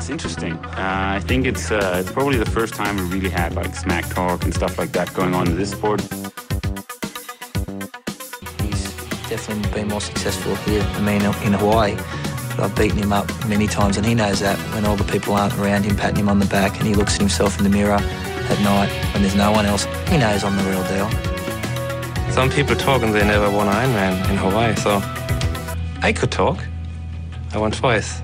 It's interesting. I think it's probably the first time we really had like smack talk and stuff like that going on in this sport. He's definitely been more successful here than me in Hawaii. But I've beaten him up many times, and he knows that when all the people aren't around him patting him on the back and he looks at himself in the mirror at night when there's no one else, he knows I'm the real deal. Some people talk and they never won an Ironman in Hawaii, so I could talk. I won twice.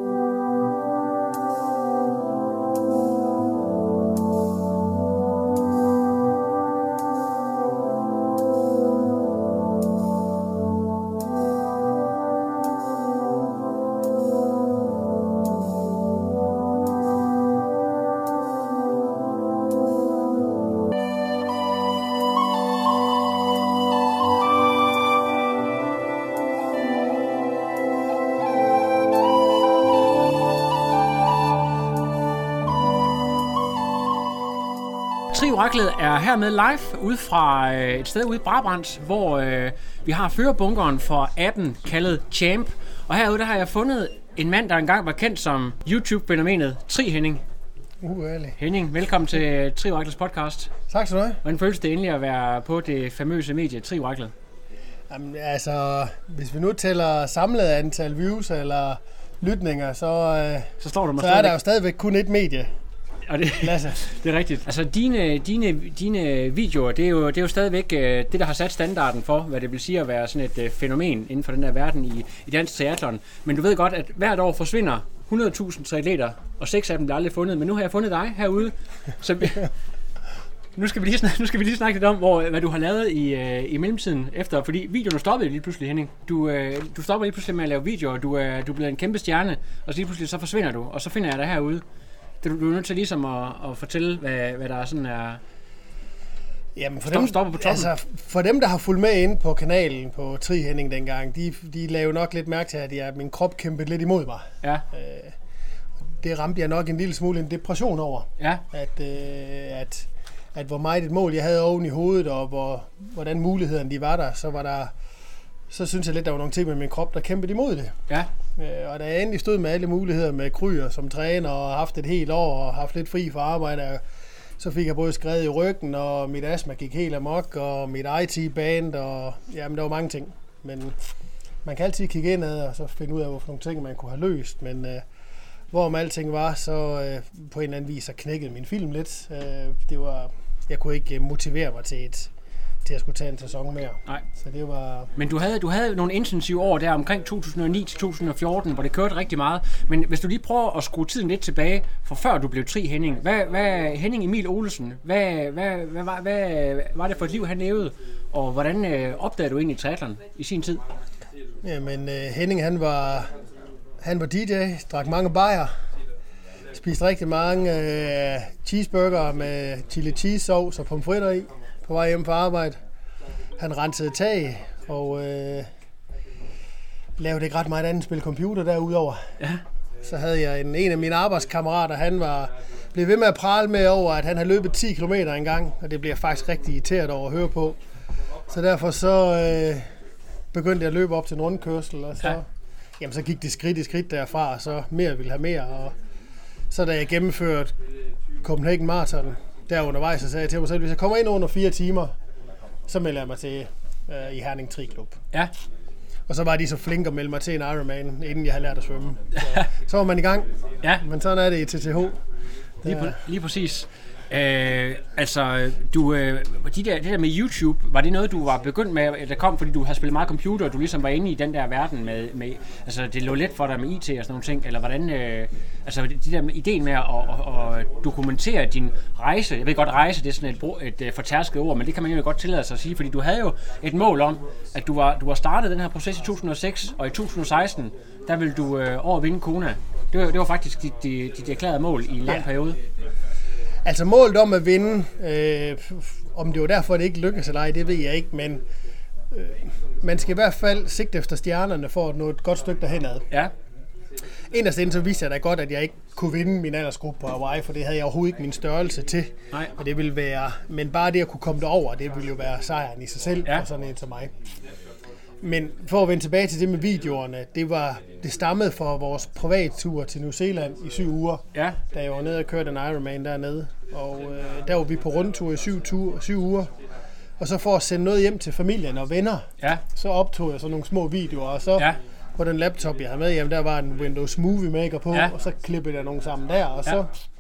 Trioraklet er hermed live ude fra et sted ude i Brabrand, hvor vi har førerbunkeren for appen kaldet Champ. Og herude der har jeg fundet en mand, der engang var kendt som YouTube-fænomenet Tri Henning. Henning, velkommen til Trioraklets podcast. Tak skal du have. Hvordan føles det endelig at være på det famøse medie Trioraklet? Jamen, altså, hvis vi nu tæller samlet antal views eller lytninger, så er der jo stadigvæk kun et medie. Og det er rigtigt. Altså dine videoer, det er jo stadigvæk det, der har sat standarden for, hvad det vil sige at være sådan et fænomen inden for den der verden i dansk triathlon. Men du ved godt, at hvert år forsvinder 100.000 triatleter, og 6 af dem bliver aldrig fundet. Men nu har jeg fundet dig herude. Så nu skal vi lige snakke lidt om, hvad du har lavet i mellemtiden efter, fordi videoerne stoppede lige pludselig, Henning. Du stopper lige pludselig med at lave videoer, du er blevet en kæmpe stjerne, og så lige pludselig så forsvinder du, og så finder jeg dig herude. Du er nødt til ligesom at fortælle, hvad der er sådan er. Jamen for dem, der har fulgt med inde på kanalen på Tri Henning dengang, de lavede nok lidt mærke til, at min krop kæmpede lidt imod mig. Ja. Det ramte jeg nok en lille smule en depression over. Ja. At hvor meget et mål jeg havde oven i hovedet, og hvordan mulighederne de var der, så synes jeg lidt, der var nogle ting med min krop, der kæmpede imod det. Ja. Og da jeg endelig stod med alle muligheder med kryer som træner og haft et helt år og haft lidt fri for arbejde, så fik jeg både skrevet i ryggen, og mit astma gik helt amok, og mit IT-band, og jamen, der var mange ting. Men man kan altid kigge indad og så finde ud af, hvorfor nogle ting man kunne have løst. Men hvorom alting var, så på en eller anden vis så knækkede min film lidt. Jeg kunne ikke motivere mig til at skulle tage en sæson mere. Nej. Så det var. Men du havde nogle intensive år der omkring 2009 til 2014, hvor det kørte rigtig meget. Men hvis du lige prøver at skrue tiden lidt tilbage, fra før du blev Tri Henning. Hvad Henning Emil Olesen, hvad var det for et liv, han levede? Og hvordan opdagede du egentlig triathlon i sin tid? Jamen, Henning han var DJ, drak mange bajer, spiste rigtig mange cheeseburger med chili cheese sauce og pomfritter i på vej hjem fra arbejde. Han rensede tag og lavede ikke ret meget andet, spille computer derudover. Ja. Så havde jeg en af mine arbejdskammerater, han blev ved med at prale med over, at han havde løbet 10 km en gang, og det bliver faktisk rigtig irriteret over at høre på. Så derfor så begyndte jeg at løbe op til en rundkørsel, og så gik det skridt i skridt derfra, og så mere ville have mere. Og så da jeg gennemførte Copenhagen Marathon, der undervejs, så sagde jeg til mig selv, hvis jeg kommer ind under 4 timer, så melder jeg mig til i Herning Tri-klub. Ja. Og så var de så flinke at melde mig til en Ironman, inden jeg havde lært at svømme. Så var man i gang. Ja. Men sådan er det i TTH. Lige præcis. Altså, det der med YouTube, var det noget, du var begyndt med, der kom, fordi du har spillet meget computer, og du ligesom var inde i den der verden med altså, det lå let for dig med IT og sådan nogle ting, eller hvordan, altså, de der ideen med at dokumentere din rejse, jeg ved godt, rejse, det er sådan et fortærsket ord, men det kan man jo godt tillade sig at sige, fordi du havde jo et mål om, at du var startet den her proces i 2006, og i 2016, der ville du overvinde Kona. Det var faktisk dit erklærede mål i en lang periode. Altså målet om at vinde, om det var derfor, det ikke lykkedes eller ej, det ved jeg ikke, men man skal i hvert fald sigte efter stjernerne for at nå et godt stykke derhenad. Ja. Inderst inden så vidste jeg da godt, at jeg ikke kunne vinde min aldersgruppe på Hawaii, for det havde jeg overhovedet ikke min størrelse til. Nej. Og det ville være, men bare det at kunne komme derover, det ville jo være sejren i sig selv for sådan en som mig. Men for at vende tilbage til det med videoerne, det stammede fra vores privattur til New Zealand i 7 uger, Ja. da jeg var nede og kørte en Ironman dernede. Og der var vi på rundtur i 7 uger. Og så for at sende noget hjem til familien og venner, Ja. så optog jeg sådan nogle små videoer, og så på den laptop, jeg havde med hjem, der var en Windows Movie Maker på, og så klippede jeg nogle sammen der, og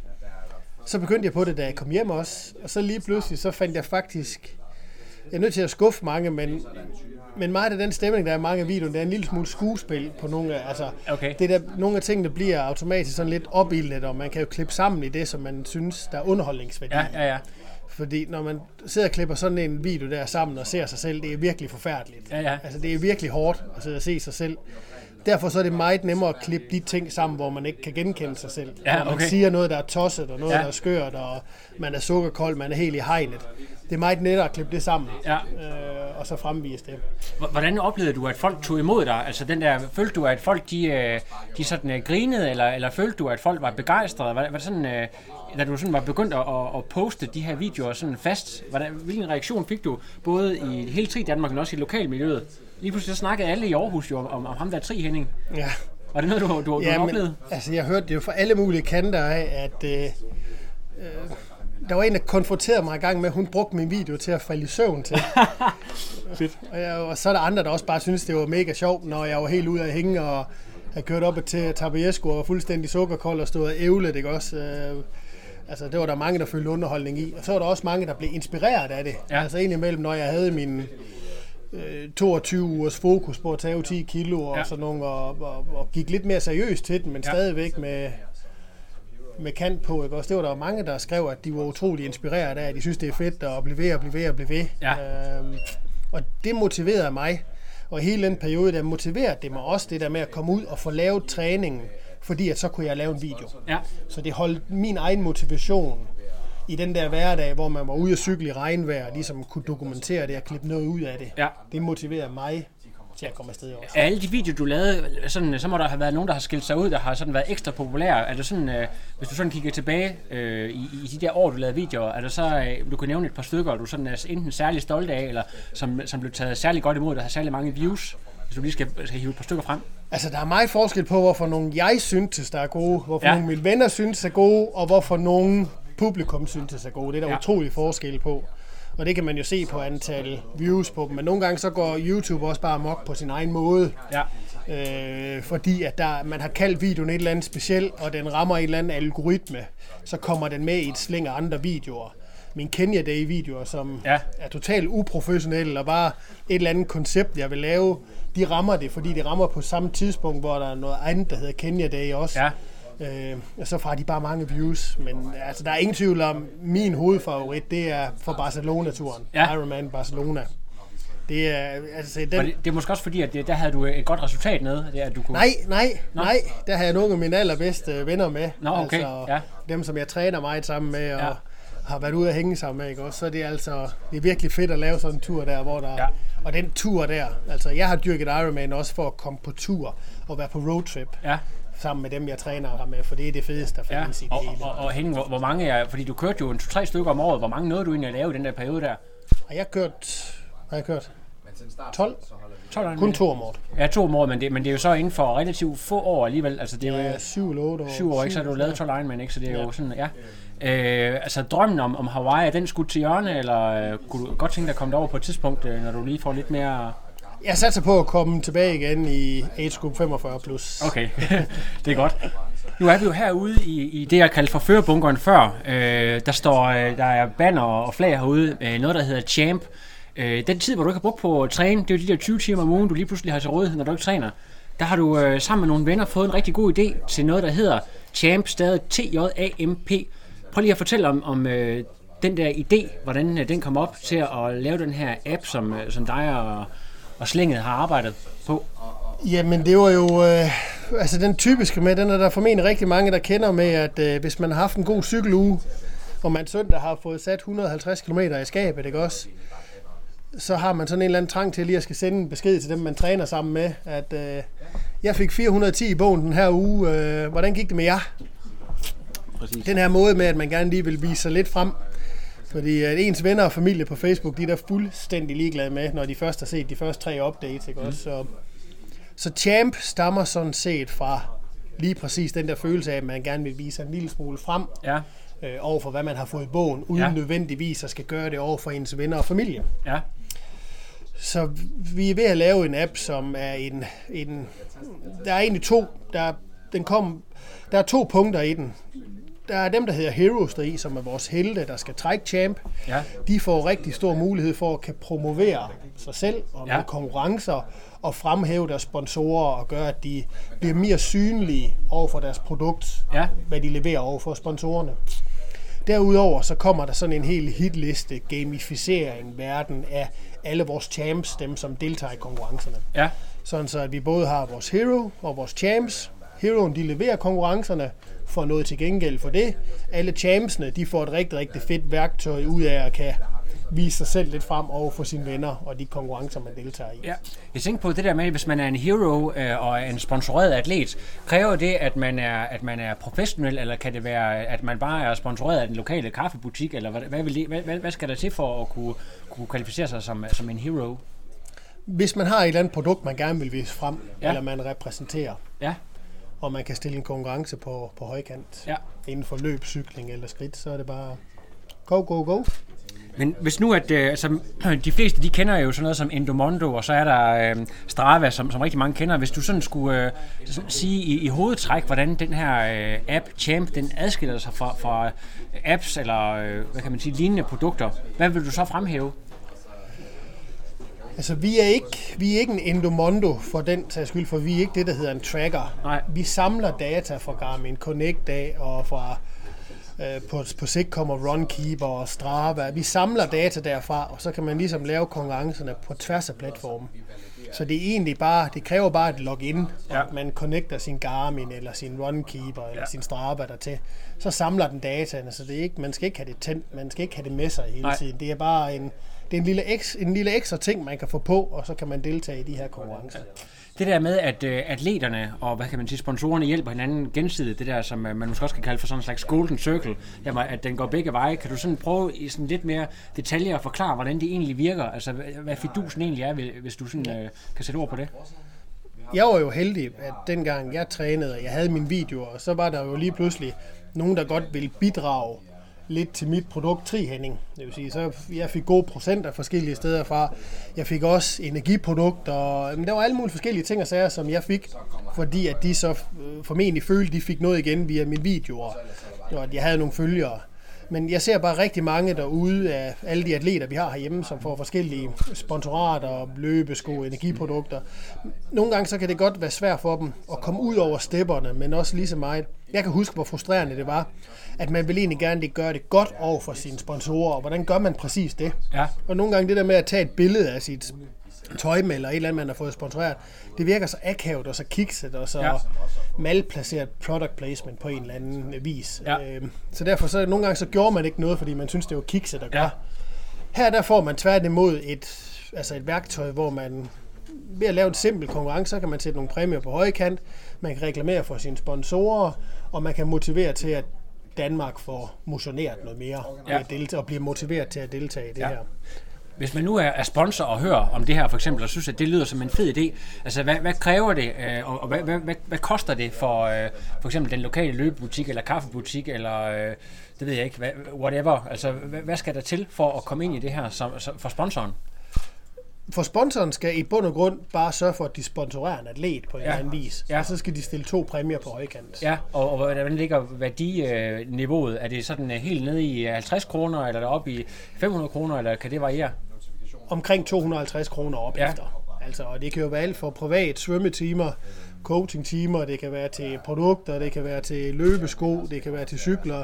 så begyndte jeg på det, da jeg kom hjem også. Og så lige pludselig, så fandt jeg faktisk, jeg er nødt til at skuffe mange, men meget af den stemning, der er i mange af videoerne, der er en lille smule skuespil på nogle af, altså, nogle af tingene bliver automatisk sådan lidt opildnet, og man kan jo klippe sammen i det, som man synes, der er underholdningsværdi. Ja. Fordi når man sidder og klipper sådan en video der sammen og ser sig selv, det er virkelig forfærdeligt. Ja. Altså det er virkelig hårdt at sidde og se sig selv. Derfor så er det meget nemmere at klippe de ting sammen, hvor man ikke kan genkende sig selv. Ja, Når man siger noget, der er tosset, og noget, der er skørt, og man er sukkerkold, man er helt i hegnet. Det er meget lettere at klippe det sammen, og så fremvise det. Hvordan oplevede du, at folk tog imod dig? Altså følte du, at folk de sådan grinede, eller følte du, at folk var begejstrede? Var det sådan, da du sådan var begyndt at poste de her videoer sådan fast? Hvilken reaktion fik du, både i hele Tri Danmark, men også i lokalmiljøet? Lige pludselig så snakkede alle i Aarhus jo om ham der Tri Henning. Ja. Var det noget, du oplevede? Altså, jeg hørte det jo fra alle mulige kanter af, at der var en, der konfronterede mig i gang med, at hun brugte min video til at falde i søvn til. Fedt. Og så er der andre, der også bare synes det var mega sjovt, når jeg var helt ude af hænge og havde kørt op til Tabajesco og var fuldstændig sukkerkold og stod og ævlet, ikke også? Altså, det var der mange, der følte underholdning i. Og så var der også mange, der blev inspireret af det. Ja. Altså indimellem, når jeg havde min 22 ugers fokus på at tage 10 kilo og sådan nogle, og gik lidt mere seriøst til den, men stadigvæk med kant på, ikke også? Det var der mange, der skrev, at de var utrolig inspireret af, at de synes, det er fedt at blive ved. Ja. Og det motiverede mig. Og hele den periode, der motiverede det mig også, det der med at komme ud og få lavet træningen, fordi at så kunne jeg lave en video. Ja. Så det holdt min egen motivation i den der hverdag, hvor man var ude at cykle i regnvejr, og ligesom kunne dokumentere det og klippe noget ud af det. Ja. Det motiverede mig til at komme afsted også. Alle de videoer, du lavede, sådan, så må der have været nogen, der har skilt sig ud, der har sådan været ekstra populære. Er det sådan, hvis du sådan kigger tilbage i de der år, du lavede videoer, er der så, du kan nævne et par stykker, du sådan er enten særlig stolt af, eller som blev taget særlig godt imod, der har særlig mange views, hvis du lige skal hive et par stykker frem? Altså, der er meget forskel på, hvorfor nogle jeg synes, der er gode, hvorfor nogle mine venner synes er gode, og hvorfor nogle publikum synes er gode. Det er der utrolig forskel på. Og det kan man jo se på antal views på dem. Men nogle gange så går YouTube også bare amok på sin egen måde. Ja. Fordi at man har kaldt videoen et eller andet specielt, og den rammer en eller anden algoritme, så kommer den med i et slæng af andre videoer. Min Kenya Day-videoer, som er totalt uprofessionelle, og bare et eller andet koncept, jeg vil lave, de rammer det, fordi de rammer på samme tidspunkt, hvor der er noget andet, der hedder Kenya Day også. Ja. Og så får de bare mange views, men altså, der er ingen tvivl om, min hovedfavorit, det er for Barcelona-turen. Ironman Barcelona. Det er, altså, det er måske også fordi, at der havde du et godt resultat med. Det, at du kunne... Nej. Der havde jeg nogle af mine allerbedste venner med. Okay. Altså, dem, som jeg træner meget sammen med, og har været ude at hænge sammen med. Ikke? Også, så det er virkelig fedt at lave sådan en tur der, hvor der... Ja. Og den tur der, altså jeg har dyrket Ironman også for at komme på tur og være på roadtrip. Ja. Sammen med dem, jeg træner med, for det er det fedeste, der findes i det hele. Og Henning, hvor mange er, fordi du kørte jo 2-3 stykker om året, hvor mange nåede du egentlig at lave i den der periode der? Og jeg har kørt 12? Kun 2 om året. Ja, 2 om året, men det er jo så inden for relativt få år alligevel. Altså, det er jo 7 eller 8 år. 7 år, ikke? Så har du lavet 12 Ironman, ikke? Så det er jo sådan, altså drømmen om Hawaii, er den skudt til hjørne, eller kunne du godt tænke dig at komme derover på et tidspunkt, når du lige får lidt mere... Jeg satser på at komme tilbage igen i age group 45 plus. Okay, det er godt. Nu er vi jo herude i det, jeg kaldte for førerbunkeren før. Der er banner og flag herude, noget der hedder Champ. Den tid, hvor du ikke har brugt på at træne, det er jo de der 20 timer om ugen, du lige pludselig har til rådighed, når du ikke træner. Der har du sammen med nogle venner fået en rigtig god idé til noget, der hedder Champ, stadig TJAMP. Prøv lige at fortælle om den der idé, hvordan den kom op til at lave den her app, som dig og Slænget har arbejdet på. Jamen det var jo, altså den typiske med, den er der formentlig rigtig mange, der kender med, at hvis man har haft en god cykeluge, og man søndag har fået sat 150 km i skabet, ikke også? Så har man sådan en eller anden trang til lige at skal sende en besked til dem, man træner sammen med, at jeg fik 410 i bogen den her uge, hvordan gik det med jer? Præcis. Den her måde med, at man gerne lige vil vise sig lidt frem. Fordi ens venner og familie på Facebook, de er der fuldstændig ligeglade med, når de først har set de første 3 updates. Ikke? Så Champ stammer sådan set fra lige præcis den der følelse af, at man gerne vil vise en lille smule frem over for, hvad man har fået i bogen, uden nødvendigvis at skal gøre det over for ens venner og familie. Ja. Så vi er ved at lave en app, som er der er egentlig 2, der er 2 punkter i den. Der er dem, der hedder Heroes deri, som er vores helte, der skal trække Champ. Ja. De får rigtig stor mulighed for at kan promovere sig selv og med konkurrencer og fremhæve deres sponsorer og gøre, at de bliver mere synlige over for deres produkt, hvad de leverer over for sponsorerne. Derudover så kommer der sådan en hel hitliste, gamificering, verden af alle vores champs, dem som deltager i konkurrencerne. Ja. Sådan så, at vi både har vores hero og vores champs. Heroen, de leverer konkurrencerne, får noget til gengæld for det. Alle champsene, de får et rigtig, rigtig fedt værktøj ud af at kan vise sig selv lidt frem over for sine venner og de konkurrencer, man deltager i. Ja. Jeg tænker på det der med, hvis man er en hero og en sponsoreret atlet, kræver det, at man er professionel, eller kan det være, at man bare er sponsoreret af den lokale kaffebutik, eller hvad skal der til for at kunne kvalificere sig som en hero? Hvis man har et eller andet produkt, man gerne vil vise frem, eller man repræsenterer, og man kan stille en konkurrence på højkant inden for løb, cykling eller skridt, så er det bare go. Men hvis nu, at de fleste, de kender jo sådan noget som Endomondo, og så er der Strava, som rigtig mange kender. Hvis du sådan skulle sige i hovedtræk, hvordan den her app Champ, den adskiller sig fra apps eller hvad kan man sige, lignende produkter, hvad vil du så fremhæve? Altså, vi er ikke en Endomondo for den sags skyld, for vi er ikke det, der hedder en tracker. Nej. Vi samler data fra Garmin Connect af, og fra på sigt kommer Runkeeper og Strava. Vi samler data derfra, og så kan man ligesom lave konkurrencerne på tværs af platformen. Så det er egentlig bare, det kræver bare et login, at man connecter sin Garmin eller sin Runkeeper eller sin Strava dertil. Så samler den dataene, så det er ikke, man skal ikke have det tændt, man skal ikke have det med sig hele tiden. Det er bare en lille ekstra ting, man kan få på, og så kan man deltage i de her konkurrencer. Det der med, at atleterne og hvad kan man sige, sponsorerne hjælper hinanden gensidigt, det der, som man måske også kan kalde for sådan en slags golden circle, at den går begge veje. Kan du sådan prøve i sådan lidt mere detaljer at forklare, hvordan det egentlig virker? Altså, hvad fidusen egentlig er, hvis du sådan kan sætte ord på det? Jeg var jo heldig, at dengang jeg trænede, og jeg havde mine videoer, så var der jo lige pludselig nogen, der godt ville bidrage lidt til mit produkt Trihænding. Det vil sige, så jeg fik gode procenter forskellige steder fra. Jeg fik også energiprodukter, og der var alle mulige forskellige ting og sager, som jeg fik, fordi at de så formentlig følte, de fik noget igen via mine videoer, og at jeg havde nogle følgere. Men jeg ser bare rigtig mange derude af alle de atleter, vi har herhjemme, som får forskellige sponsorater, løbesko, energiprodukter. Nogle gange så kan det godt være svært for dem at komme ud over stepperne, men også lige så meget. Jeg kan huske, hvor frustrerende det var, at man vil egentlig gerne gøre det godt over for sine sponsorer, og hvordan gør man præcis det? Ja. Og nogle gange det der med at tage et billede af sit tøj med, eller et eller andet, man har fået sponsoreret, det virker så akavet og så kikset og så malplaceret product placement på en eller anden vis. Ja. Så derfor så nogle gange så gjorde man ikke noget, fordi man synes, det var kikset at gøre. Ja. Her der får man tværtimod et værktøj, hvor man ved at lave en simpel konkurrence, så kan man sætte nogle præmier på højkant, man kan reklamere for sine sponsorer, og man kan motivere til, at Danmark får motioneret noget mere og bliver motiveret til at deltage i det her. Hvis man nu er sponsor og hører om det her for eksempel, og synes, at det lyder som en fed idé, altså hvad kræver det, og hvad koster det for eksempel den lokale løbebutik eller kaffebutik, eller det ved jeg ikke, whatever, altså hvad skal der til for at komme ind i det her for sponsoren? For sponsoren skal i bund og grund bare sørge for, at de sponsorerer en atlet på en eller anden vis. Ja. Og så skal de stille 2 præmier på højkant. Ja, og hvordan ligger værdiniveauet? Er det sådan helt nede i 50 kroner, eller deroppe i 500 kroner, eller kan det variere? Omkring 250 kroner op efter. Altså, og det kan jo være alt for privat svømmetimer, coachingtimer, det kan være til produkter, det kan være til løbesko, det kan være til cykler,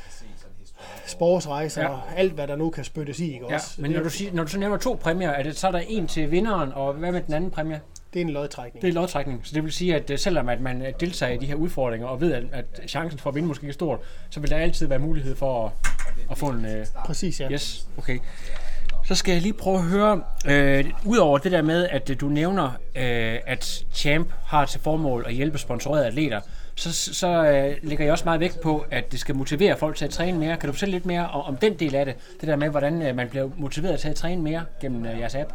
sportsrejser, alt hvad der nu kan spyttes i. Ikke også? Men når du så nævner 2 præmier, så er der en til vinderen, og hvad med den anden præmie? Det er en lodtrækning. Det er en lodtrækning, så det vil sige, at selvom at man deltager i de her udfordringer, og ved, at chancen for at vinde måske er stor, så vil der altid være mulighed for at få en... Præcis, ja. Yes, okay. Så skal jeg lige prøve at høre, udover det der med, at du nævner, at Champ har til formål at hjælpe sponsorerede atleter, så lægger jeg også meget vægt på, at det skal motivere folk til at træne mere. Kan du fortælle lidt mere om den del af det? Det der med, hvordan man bliver motiveret til at træne mere gennem jeres app?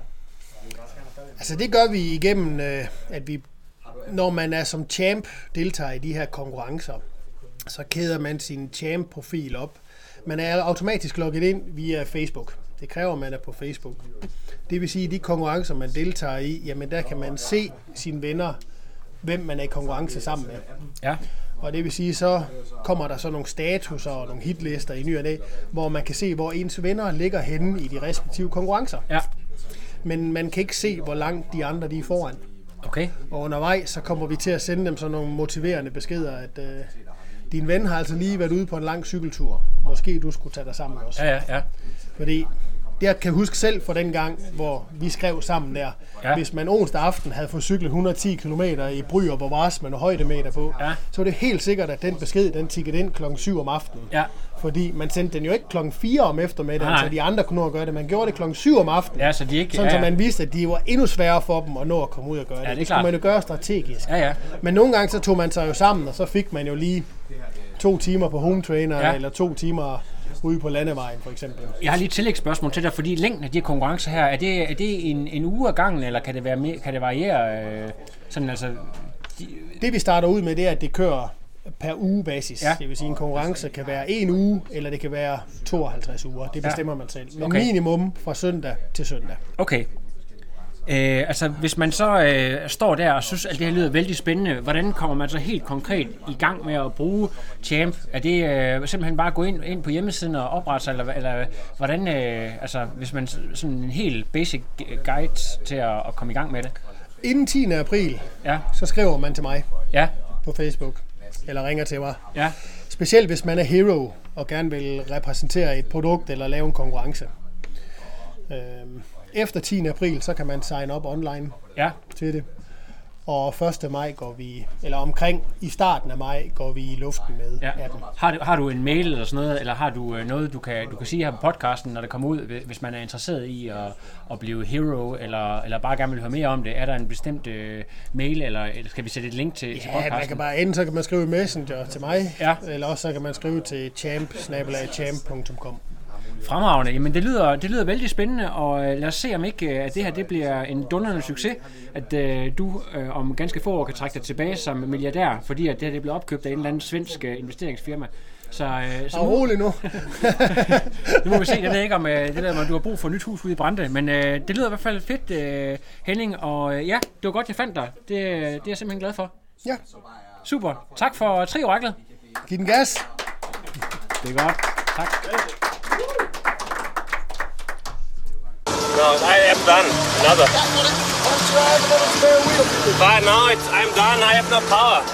Altså det gør vi igennem, at vi, når man er som champ deltager i de her konkurrencer, så kæder man sin champ-profil op. Man er automatisk logget ind via Facebook. Det kræver, at man er på Facebook. Det vil sige, at de konkurrencer, man deltager i, jamen der kan man se sine venner, hvem man er i konkurrence sammen med. Ja. Og det vil sige, så kommer der så nogle statuser og nogle hitlister i ny og næ, hvor man kan se, hvor ens venner ligger henne i de respektive konkurrencer. Ja. Men man kan ikke se, hvor langt de andre de er foran. Okay. Og undervejs, så kommer vi til at sende dem sådan nogle motiverende beskeder, at din ven har altså lige været ude på en lang cykeltur. Måske du skulle tage dig sammen også. Ja. Fordi jeg kan huske selv fra den gang, hvor vi skrev sammen der. Ja. Hvis man onsdag aften havde fået cyklet 110 km i Bryrup og Vars med nogle højdemeter på, så var det helt sikkert, at den besked, den tikkede ind klokken 7 om aftenen. Ja. Fordi man sendte den jo ikke klokken 4 om eftermiddagen, så de andre kunne nå at gøre det. Man gjorde det klokken 7 om aftenen, ja, så de ikke, sådan så man vidste, at de var endnu sværere for dem at nå at komme ud og gøre det. Det skulle man jo gøre strategisk. Ja. Men nogle gange så tog man sig jo sammen, og så fik man jo lige 2 timer på home trainer, eller 2 timer ude på landevejen for eksempel. Jeg har lige et tillægsspørgsmål til dig, fordi længden af de her konkurrencer her, er det en uge ad gangen, eller kan det være mere, kan det variere sådan altså? Det vi starter ud med, det er, at det kører per ugebasis. Ja. Det vil sige, en konkurrence kan være 1 uge, eller det kan være 52 uger. Det bestemmer man selv. Men minimum fra søndag til søndag. Okay. Altså, hvis man så står der og synes, at det her lyder vældig spændende, hvordan kommer man så helt konkret i gang med at bruge Champ? Er det simpelthen bare at gå ind på hjemmesiden og oprette sig, eller hvordan, altså, hvis man sådan en helt basic guide til at komme i gang med det? Inden 10. april, så skriver man til mig på Facebook, eller ringer til mig. Ja. Specielt hvis man er hero og gerne vil repræsentere et produkt eller lave en konkurrence. Efter 10. april, så kan man sign op online til det. Og 1. maj går vi, eller omkring i starten af maj, går vi i luften med 18. Har du en mail eller sådan noget, eller har du noget, du kan sige her på podcasten, når det kommer ud, hvis man er interesseret i at blive hero, eller bare gerne vil høre mere om det? Er der en bestemt mail, eller skal vi sætte et link til podcasten? Ja, man kan bare enten så kan man skrive Messenger til mig, eller også så kan man skrive til champ@champ.com. Fremragende. Jamen, det lyder vældig spændende, og lad os se, om ikke at det her det bliver en dundrende succes, at du om ganske få år kan trække dig tilbage som milliardær, fordi at det her det bliver opkøbt af en eller anden svensk investeringsfirma. Så rolig nu. Nu må vi se, jeg ved ikke om du har brug for et nyt hus ude i Brande, men det lyder i hvert fald fedt, Henning, og det var godt, jeg fandt dig. Det er jeg simpelthen glad for. Ja. Super. Tak for Tri-oraklet. Giv den gas. Det er godt. Tak. No, I am done. Another. But now I'm done. I have no power.